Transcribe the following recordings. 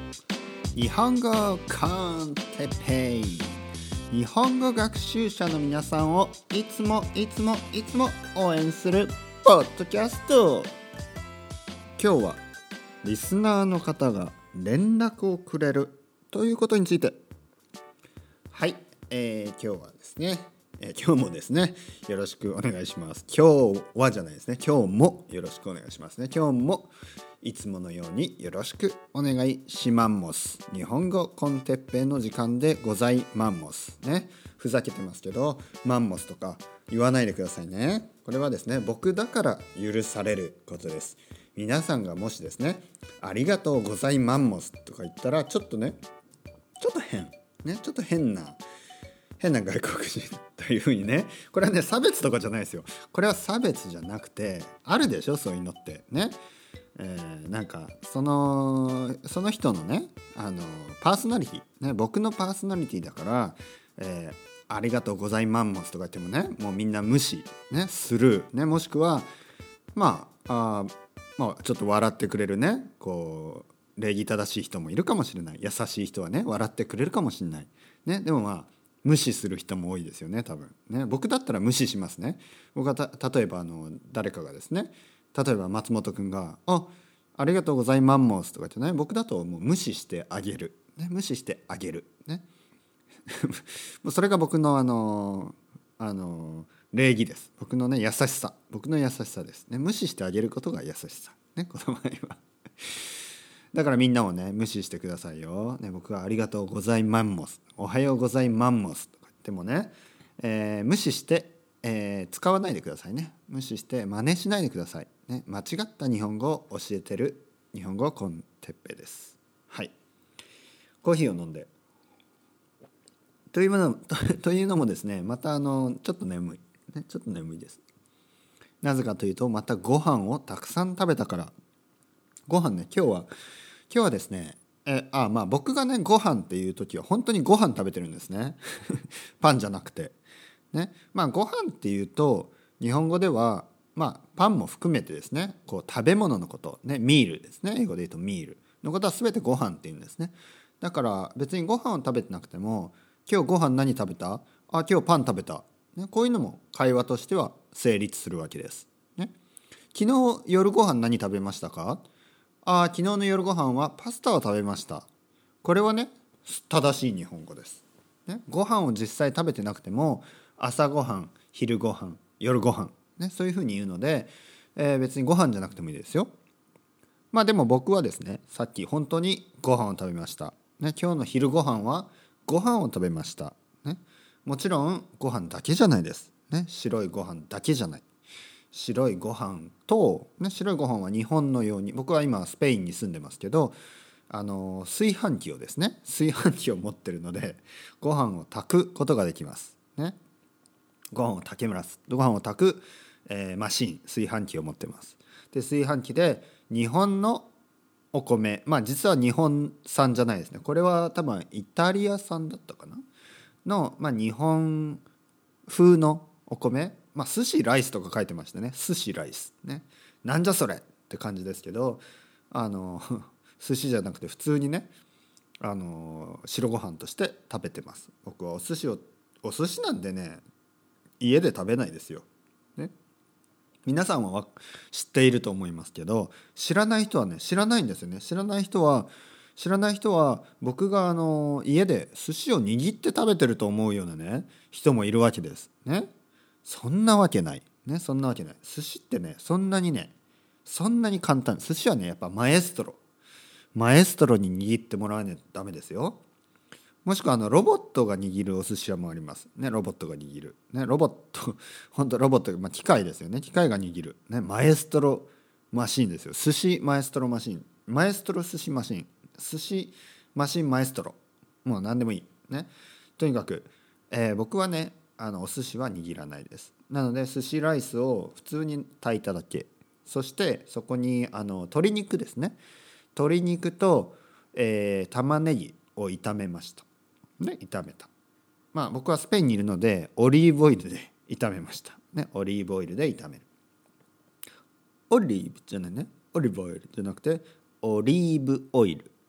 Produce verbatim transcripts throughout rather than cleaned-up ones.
日本語コンテペイ。日本語学習者の皆さんをいつもいつもいつも応援するポッドキャスト。今日はリスナーの方が連絡をくれるということについて。はい、えー、今日はですね、えー、今日もですねよろしくお願いします。今日はじゃないですね今日もよろしくお願いしますね。今日もいつものようによろしくお願いしマンモス。日本語コンテッペイの時間でございマンモスね。ふざけてますけどマンモスとか言わないでくださいね。これはですね僕だから許されることです。皆さんがもしですねありがとうございマンモスとか言ったらちょっとねちょっと変ねちょっと変な変な外国人というふうにね、これはね差別とかじゃないですよ。これは差別じゃなくてあるでしょ、そういうのってね。えー、なんかそのその人のねあのパーソナリティね、僕のパーソナリティだから、えー、ありがとうございマンモスとか言ってもねもうみんな無視ねスルーね、もしくはまああまあちょっと笑ってくれるねこう礼儀正しい人もいるかもしれない。優しい人はね笑ってくれるかもしれないね。でもまあ無視する人も多いですよね多分ね。僕だったら無視しますね。僕はた例えばあの誰かがですね、例えば松本くんが「あありがとうございマンモス」とか言ってね、僕だともう無視してあげる、ね、無視してあげるねもうそれが僕のあのあの礼儀です。僕のね優しさ僕の優しさですね。無視してあげることが優しさね、この場合はだからみんなもね無視してくださいよ、ね、僕はありがとうございマンモスおはようございマンモスとか言ってもね、えー、無視して、えー、使わないでくださいね。無視して真似しないでください、ね、間違った日本語を教えてる日本語コンテッペイです。はい、コーヒーを飲んでというのというのもですね、またあのちょっと眠い、ね、ちょっと眠いです。なぜかというとまたご飯をたくさん食べたから。ご飯ね今日は今日はですねえあまあ僕がねご飯っていう時は本当にご飯食べてるんですねパンじゃなくてね。まあご飯っていうと日本語ではまあパンも含めてですねこう食べ物のことね、ミールですね、英語で言うとミールのことは全てご飯って言うんですね。だから別にご飯を食べてなくても今日ご飯何食べた、あ今日パン食べた、ね、こういうのも会話としては成立するわけです、ね、昨日夜ご飯何食べましたか、あ昨日の夜ご飯はパスタを食べました。これはね正しい日本語です、ね、ご飯を実際食べてなくても朝ごはん昼ごはん夜ごはん、ね、そういうふうに言うので、えー、別にご飯じゃなくてもいいですよ。まあでも僕はですねさっき本当にご飯を食べました、ね、今日の昼ご飯はご飯を食べました、ね、もちろんご飯だけじゃないです、ね、白いご飯だけじゃない。白いご飯と、ね、白いご飯は日本のように僕は今スペインに住んでますけどあの炊飯器をですね炊飯器を持ってるのでご飯を炊くことができます、ね、ご飯を炊けますご飯を炊く、えー、マシン炊飯器を持ってます。で炊飯器で日本のお米、まあ実は日本産じゃないですね、これは多分イタリア産だったかなの、まあ、日本風のお米、まあ、寿司ライスとか書いてましたね。寿司ライスね、なんじゃそれって感じですけどあの寿司じゃなくて普通にねあの白ご飯として食べてます。僕はお寿司をお寿司なんでね家で食べないですよ、ね、皆さんは知っていると思いますけど知らない人はね知らないんですよね。知らない人は知らない人は僕があの家で寿司を握って食べてると思うようなね人もいるわけですね。そんなわけないね、そんなわけない。寿司ってねそんなにねそんなに簡単。寿司はねやっぱマエストロマエストロに握ってもらわないとダメですよ。もしくはあのロボットが握るお寿司屋もありますね。ロボットが握るね、ロボット本当ロボット、まあ、機械ですよね。機械が握るねマエストロマシンですよ。寿司マエストロマシン、マエストロ寿司マシン、寿司マシンマエストロ、もう何でもいいね。とにかく、えー、僕はねあのお寿司は握らないです。なので寿司ライスを普通に炊いただけ。そしてそこにあの鶏肉ですね、鶏肉と、えー、玉ねぎを炒めましたね。炒めた、まあ僕はスペインにいるのでオリーブオイルで炒めましたね。オリーブオイルで炒める。オリーブじゃないねオリーブオイルじゃなくてオリーブオイル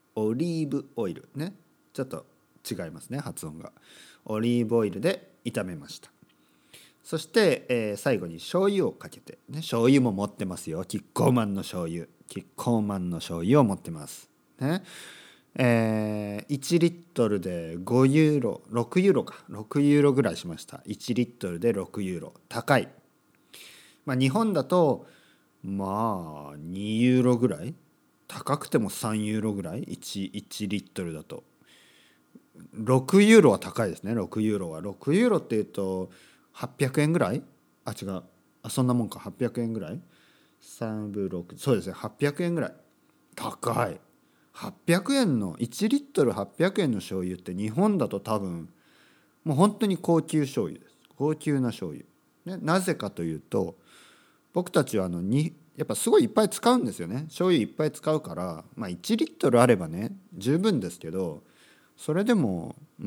オリーブオイルね、ちょっと違いますね発音が。オリーブオイルで炒めました。そして、えー、最後に醤油をかけて、ね、醤油も持ってますよ。キッコーマンの醤油キッコーマンの醤油を持ってますね。えー、いちリットルでごユーロろくユーロかろくユーロぐらいしました。いちリットルでろくユーロ高い。まあ日本だとまあにユーロぐらい、高くてもさんユーロぐらい 1, いちリットルだと。ろくユーロは高いですね。ろくユーロはろくユーロっていうとはっぴゃくえんぐらい、あ違うあそんなもんか、はっぴゃくえんぐらい、さんぶろく、そうですねはっぴゃくえんぐらい高い。はっぴゃくえんのいちリットルはっぴゃくえんの醤油って日本だと多分もう本当に高級醤油です。高級な醤油、ね、なぜかというと僕たちはあのにやっぱすごいいっぱい使うんですよね。醤油いっぱい使うから、まあ、いちリットルあればね十分ですけど、それでも、うん、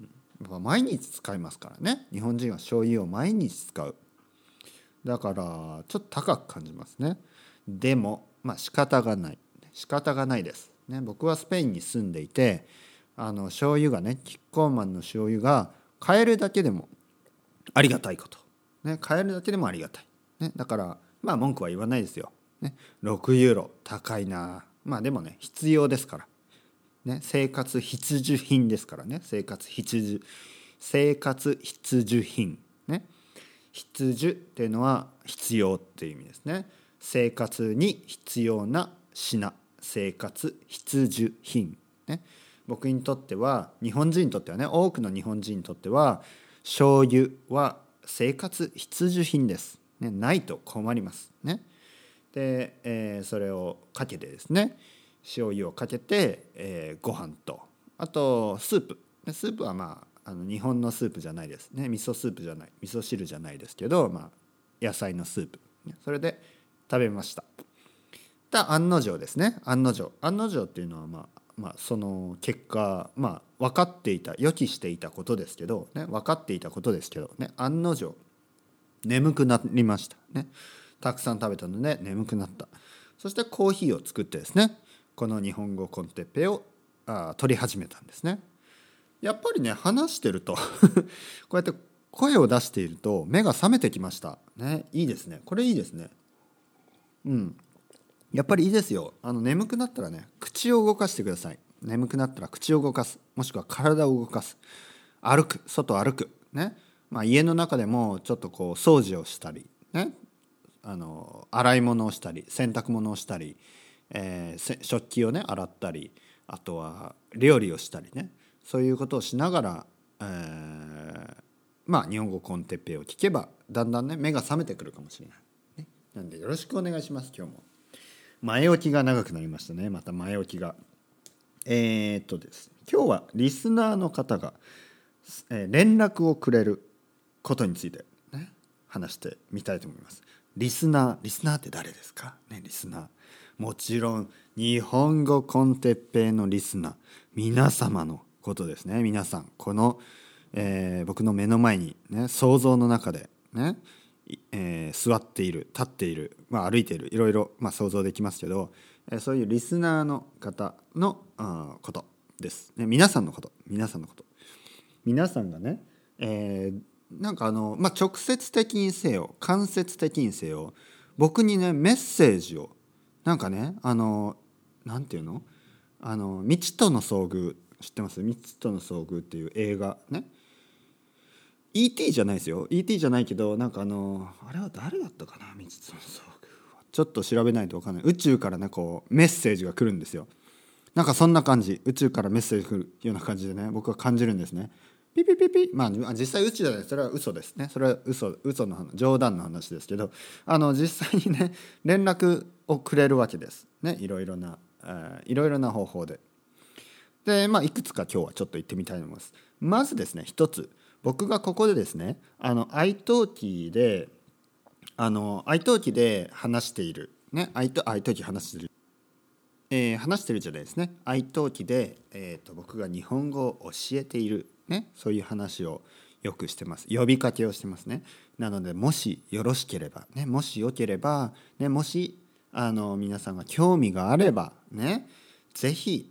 毎日使いますからね。日本人は醤油を毎日使う。だからちょっと高く感じますね。でもまあ仕方がない仕方がないです、ね、僕はスペインに住んでいて、あの醤油がねキッコーマンの醤油が買えるだけでもありがたいこと、ね、買えるだけでもありがたい、ね、だからまあ文句は言わないですよ、ね、ろくユーロ高いな。まあでもね必要ですからね、生活必需品ですからね。生活必需生活必需品ね。必需っていうのは必要っていう意味ですね。生活に必要な品、生活必需品ね。僕にとっては、日本人にとってはね、多くの日本人にとっては醤油は生活必需品です、ね、ないと困りますね。で、えー、それをかけてですね、塩油をかけて、えー、ご飯とあとスープスープはまあ、あの日本のスープじゃないですね。味噌スープじゃない味噌汁じゃないですけど、まあ、野菜のスープそれで食べました。だ案の定ですね。案の定案の定っていうのはまあまあその結果まあ分かっていた予期していたことですけどね、分かっていたことですけどね、案の定眠くなりましたね。たくさん食べたので眠くなった。そしてコーヒーを作ってですね、この日本語コンテッペをあ取り始めたんですね。やっぱりね話してるとこうやって声を出していると目が覚めてきましたね。いいですね、これいいですね。うんやっぱりいいですよ。あの眠くなったらね口を動かしてください。眠くなったら口を動かす、もしくは体を動かす、歩く、外歩くね。まあ家の中でもちょっとこう掃除をしたりね、あの洗い物をしたり洗濯物をしたり、えー、食器をね洗ったり、あとは料理をしたりね、そういうことをしながら、えー、まあ日本語コンテッペイを聞けばだんだんね目が覚めてくるかもしれない、ね、なんでよろしくお願いします。今日も前置きが長くなりましたね。また前置きがえー、っとです今日はリスナーの方が、えー、連絡をくれることについて、ね、話してみたいと思います。リスナーリスナーって誰ですか、ね、リスナーもちろん日本語コンテッペイのリスナー皆様のことですね。皆さんこの、えー、僕の目の前に、ね、想像の中でね、えー、座っている立っている、まあ、歩いているいろいろ、まあ、想像できますけど、えー、そういうリスナーの方のあことです、ね、皆さんのこと皆さんのこと皆さんがね、えー、なんかあの、まあ、直接的にせよ間接的にせよ僕にねメッセージをなんかねあのなんていうのあの未知との遭遇知ってます？未知との遭遇っていう映画ね。 イーティー じゃないですよ。 イーティー じゃないけどなんかあのあれは誰だったかな。未知との遭遇はちょっと調べないと分かんない。宇宙からねこうメッセージが来るんですよ。なんかそんな感じ、宇宙からメッセージが来るような感じでね僕は感じるんですね。ピピピピまあ実際宇宙じゃない、それは嘘ですね。それは嘘嘘の話、冗談の話ですけど、あの実際にね連絡をくれるわけですね。いろいろな、えー、いろいろな方法で。でまあいくつか今日はちょっと言ってみたいと思います。まずですね一つ、僕がここでですねあの iTalki であの iTalki で話しているね iTalki 話しているえー、話してるじゃないですね。iTalki で、えーと、僕が日本語を教えている、ね、そういう話をよくしてます。呼びかけをしてますね。なのでもしよろしければ、ね、もしよければ、ね、もしあの皆さんが興味があれば、ね、ぜひ、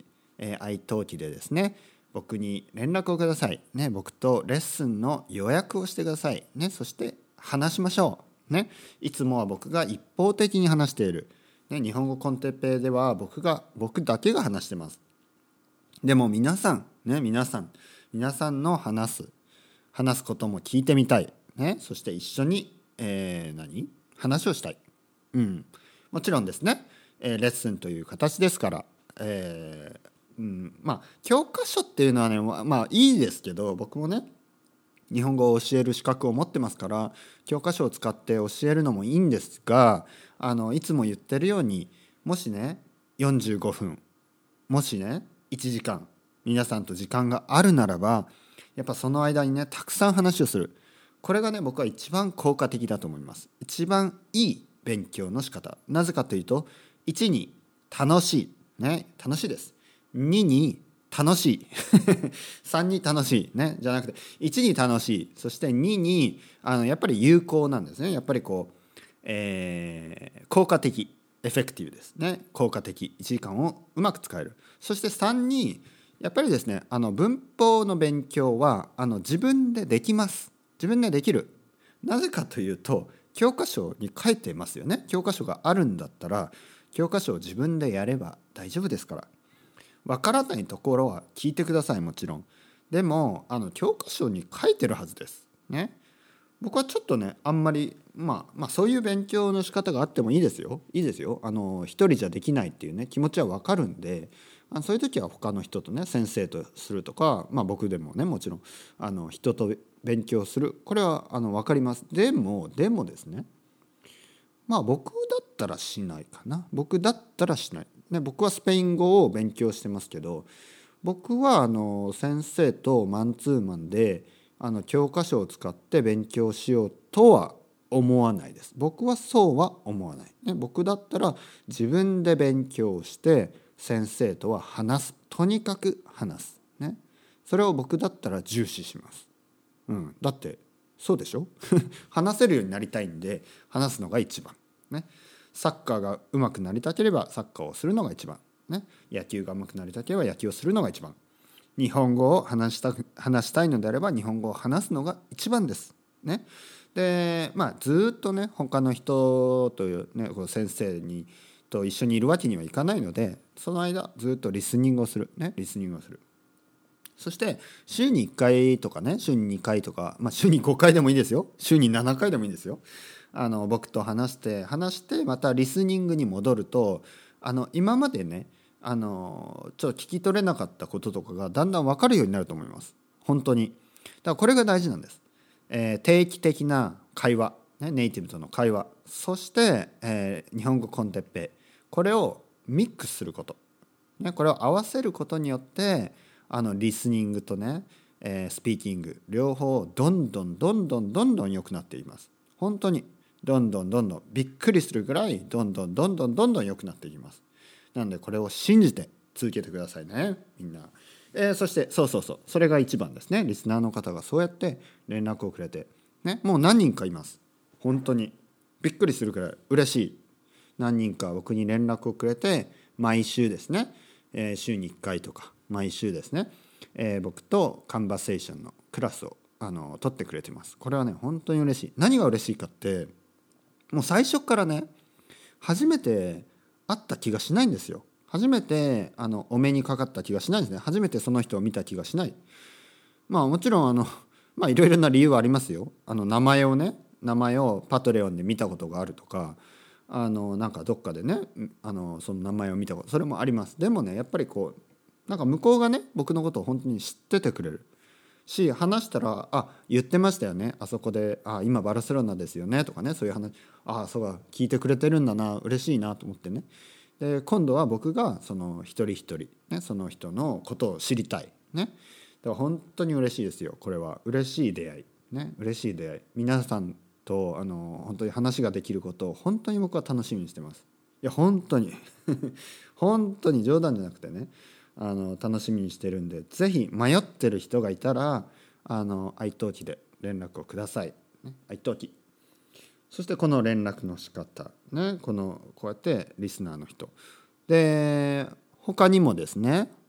えー、アイトーキでですね僕に連絡をください、ね、僕とレッスンの予約をしてください、ね、そして話しましょう、ね、いつもは僕が一方的に話している、ね、日本語コンテッペイでは僕が僕だけが話してます。でも皆さん、ね、皆さん皆さんの話す話すことも聞いてみたい、ね、そして一緒に、えー、何話をしたい、うん、もちろんですね、えー、レッスンという形ですから、えーうん、まあ教科書っていうのはね、まあ、まあいいですけど、僕もね日本語を教える資格を持ってますから教科書を使って教えるのもいいんですが、あのいつも言ってるように、もしねよんじゅうごふん、もしねいちじかん皆さんと時間があるならば、やっぱその間にねたくさん話をする、これがね僕は一番効果的だと思います。一番いい勉強の仕方、なぜかというと、いちに楽しい、ね、楽しいです。にに楽しいさんに楽しい、ね、じゃなくていちに楽しい、そしてににあのやっぱり有効なんですね。やっぱりこう、えー、効果的、エフェクティブですね。効果的、いちじかんをうまく使える。そしてさんにやっぱりですね、あの文法の勉強はあの自分でできます。自分でできる。なぜかというと教科書に書いてますよね。教科書があるんだったら教科書を自分でやれば大丈夫ですから。わからないところは聞いてください、もちろん。でもあの教科書に書いてるはずですね。僕はちょっとねあんまり、まあ、まあそういう勉強の仕方があってもいいですよ、いいですよ。あの一人じゃできないっていうね気持ちはわかるんで、あのそういう時は他の人とね先生とするとか、まあ僕でもねもちろんあの人と勉強する、これはあの分かります。でもでもですね、まあ僕だったらしないかな。僕だったらしない。ね、僕はスペイン語を勉強してますけど、僕はあの先生とマンツーマンであの教科書を使って勉強しようとは思わないです。僕はそうは思わない。ね、僕だったら自分で勉強して先生とは話す。とにかく話す。ね、それを僕だったら重視します。うん、だってそうでしょ話せるようになりたいんで話すのが一番、ね、サッカーが上手くなりたければサッカーをするのが一番、ね、野球が上手くなりたければ野球をするのが一番、日本語を話したく話したいのであれば日本語を話すのが一番です、ね、でまあずっとね他の人という、ね、こう先生にと一緒にいるわけにはいかないので、その間ずっとリスニングをする、ね、リスニングをする。そして週にいっかいとかね、週ににかいとか、まあ、週にごかいでもいいですよ、週にななかいでもいいんですよ。あの僕と話して話してまたリスニングに戻ると、あの今までねあのちょっと聞き取れなかったこととかがだんだん分かるようになると思います。本当に。だからこれが大事なんです。えー、定期的な会話、ね、ネイティブとの会話、そして、えー、日本語コンテッペイ、これをミックスすること、ね、これを合わせることによってあのリスニングとね、えー、スピーキング両方どんどんどんどんどんどん良くなっています。本当にどんどんどんどんびっくりするぐらいどんどんどんどんどんどん良くなっていきます。なのでこれを信じて続けてくださいね、みんな。えー、そしてそうそうそうそれが一番ですね。リスナーの方がそうやって連絡をくれて、ね、もう何人かいます。本当にびっくりするくらい嬉しい。何人か僕に連絡をくれて毎週ですね、えー、週にいっかいとか毎週ですね、えー、僕とカンバセーションのクラスをあの取ってくれてます。これはね本当に嬉しい。何が嬉しいかって、もう最初からね初めて会った気がしないんですよ。初めてあのお目にかかった気がしないんですね。初めてその人を見た気がしない。まあもちろんあのまあいろいろな理由はありますよ。あの名前をね名前をパトレオンで見たことがあるとか、あのなんかどっかでねあのその名前を見たこと、それもあります。でもねやっぱりこうなんか向こうがね僕のことを本当に知っててくれるし、話したら「あ言ってましたよねあそこで、あ今バルセロナですよね」とかね、そういう話、あそうか聞いてくれてるんだな、嬉しいなと思ってね。で今度は僕がその一人一人、ね、その人のことを知りたいね。だから本当に嬉しいですよ。これは嬉しい出会いね、嬉しい出会い。皆さんとあの本当に話ができることを本当に僕は楽しみにしてます。いや本当に本当に冗談じゃなくてね、あの楽しみにしてるんで、ぜひ迷ってる人がいたらあの愛登記で連絡をください、ね、愛登記。そしてこの連絡の仕方ね、このこうやってリスナーの人で他にもですね、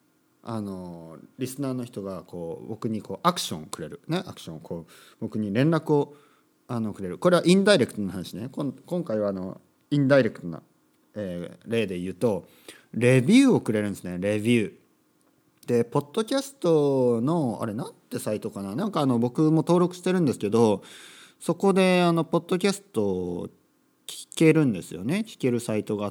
あのリスナーの人がこう僕にこうアクションをくれるね、アクションをこう僕に連絡をあのくれる。これはインダイレクトな話ね。今今回はあのインダイレクトな、えー、例で言うとレビューをくれるんですね。レビューでポッドキャストのあれなんてサイトかな、なんかあの僕も登録してるんですけど、そこであのポッドキャストを聞けるんですよね。聞けるサイトがあって、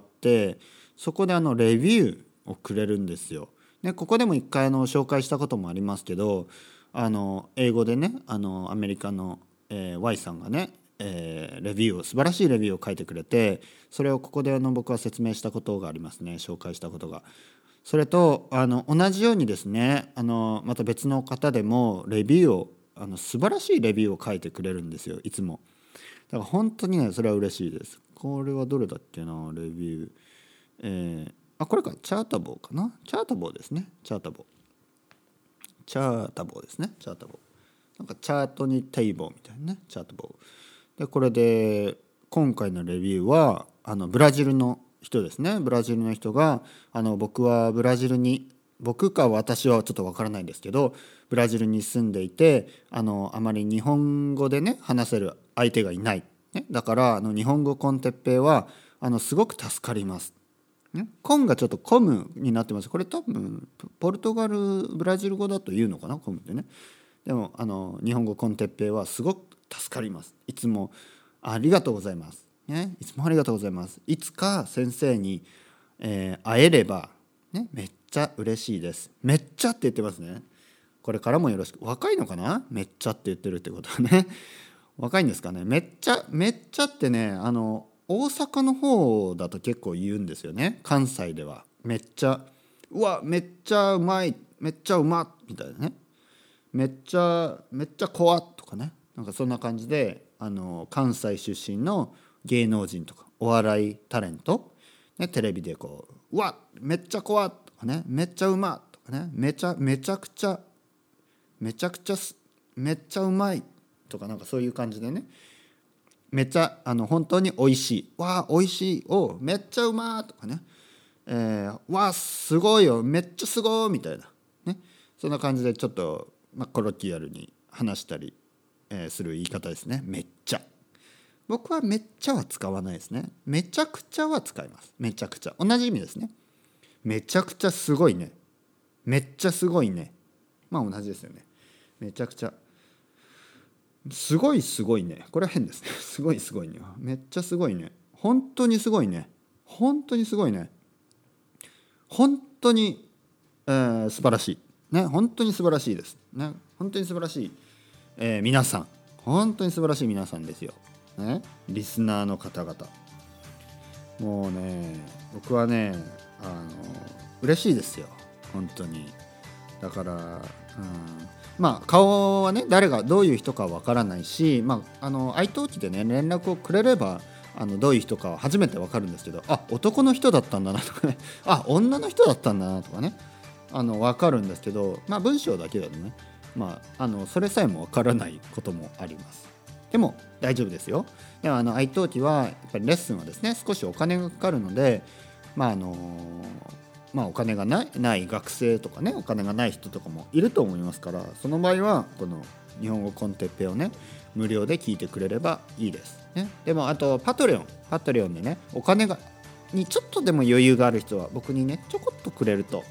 そこであのレビューをくれるんですよ。ね、ここでも一回あの紹介したこともありますけど、あの英語でね、あのアメリカの、えー、Y さんがね、えー、レビューを素晴らしいレビューを書いてくれて、それをここであの僕は説明したことがありますね。紹介したことが。それとあの同じようにですね、あのまた別の方でもレビューをあの素晴らしいレビューを書いてくれるんですよ、いつも。だから本当にねそれは嬉しいです。これはどれだっけな、レビュー、えー、あこれか、チャータボーかな、チャータボーですね、チャータボーチャータボーですね、チャータボーなんかチャートにテーボーみたいなね、チャータボーで、これで今回のレビューはあのブラジルの人ですね。ブラジルの人があの僕はブラジルに僕か私はちょっとわからないんですけど、ブラジルに住んでいて、あのあまり日本語でね話せる相手がいない、ね、だからあの日本語コンテッペイはあのすごく助かります、ね、コンがちょっとコムになってます。これ多分ポルトガルブラジル語だと言うのかな、コムってね。でもあの日本語コンテッペイはすごく助かります。いつもありがとうございます、ね、いつもありがとうございます。いつか先生に、えー、会えれば、ね、めっちゃ嬉しいです。めっちゃって言ってますね。これからもよろしく。若いのかな、めっちゃって言ってるってことはね。若いんですかね。めっちゃめっちゃってね、あの大阪の方だと結構言うんですよね。関西ではめっちゃ、うわめっちゃうまい、めっちゃうまっみたいなね、めっちゃめっちゃ怖っとかね、なんかそんな感じで、あの関西出身の芸能人とかお笑いタレント、ね、テレビでこううわめっちゃ怖っとかね、めっちゃうまっとかね、めちゃめちゃくちゃめちゃくちゃめっちゃうまいとか、なんかそういう感じでね、めっちゃあの本当に美味しい、わあ美味しい、おめっちゃうまーとかね、えー、わあすごいよ、めっちゃすごいみたいなね、そんな感じでちょっと、まあ、コロキアルに話したり、えー、する言い方ですね。めっちゃ、僕はめっちゃは使わないですね。めちゃくちゃは使います。めちゃくちゃ同じ意味ですね。めちゃくちゃすごいね、めっちゃすごいね、まあ同じですよね。めちゃくちゃすごいすごいね、これは変ですね。すごいすごいね、めっちゃすごいね、本当にすごいね、本当にすごいね、本当に、えー、素晴らしいね、本当に素晴らしいですね、本当に素晴らしい、えー、皆さん、本当に素晴らしい皆さんですよ、ね、リスナーの方々、もうね僕はねあの嬉しいですよ本当に。だから、うん、まあ顔はね誰がどういう人かわからないし、まああの愛登記でね連絡をくれればあのどういう人かは初めてわかるんですけど、あ男の人だったんだなとかね、あ女の人だったんだなとかね、あの分かるんですけど、まあ文章だけだとね、まああのそれさえもわからないこともあります。でも大丈夫ですよ。でもあの愛登記はやっぱりレッスンはですね少しお金がかかるので、まああのまあお金がない、ない学生とかね、お金がない人とかもいると思いますから、その場合はこの日本語コンテッペをね無料で聞いてくれればいいです、ね、でもあとパトレオンパトレオンでねお金がにちょっとでも余裕がある人は僕にねちょこっとくれると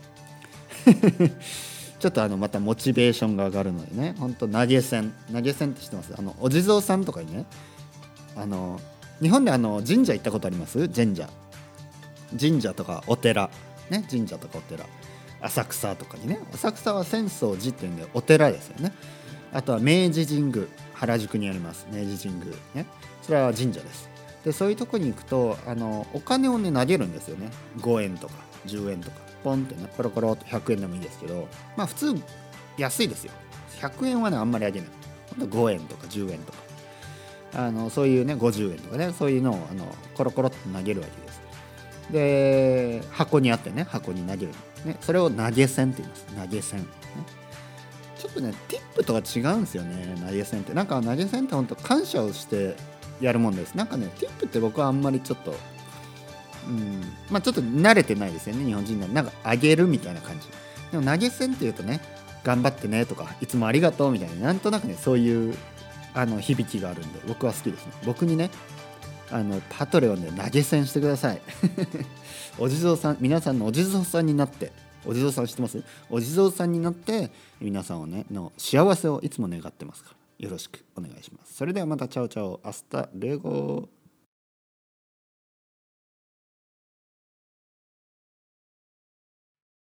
ちょっとあのまたモチベーションが上がるのでね、本当投げ銭投げ銭って知ってます？あのお地蔵さんとかにね、あの日本であの神社行ったことあります？神社神社とかお寺ね、神社とかお寺、浅草とかにね、浅草は浅草寺っていうんでお寺ですよね。あとは明治神宮、原宿にあります明治神宮ね、それは神社です。でそういうとこに行くとあのお金をね投げるんですよね。ごえんとかじゅうえんとかポンってねコロコロとひゃくえんでもいいですけど、まあ普通安いですよ。ひゃくえんはねあんまりあげない。ごえんとかじゅうえんとかあのそういうねごじゅうえんとかね、そういうのをあのコロコロって投げるわけです。で箱にあってね、箱に投げる、ね、それを投げ銭って言います。投げ銭、ね、ちょっとねティップとは違うんですよね。投げ銭ってなんか投げ銭って本当感謝をしてやるもんです。なんかねティップって僕はあんまりちょっとうんまあちょっと慣れてないですよね日本人なら。なんかあげるみたいな感じでも投げ銭っていうとね、頑張ってねとかいつもありがとうみたいな、なんとなくねそういうあの響きがあるんで僕は好きですね。僕にねあのパトレオンで投げ銭してくださいお地蔵さん、皆さんのお地蔵さんになって、お地蔵さん知ってます？お地蔵さんになって皆さんをねの幸せをいつも願ってますから、よろしくお願いします。それではまたチャオチャオ、アスタレゴ。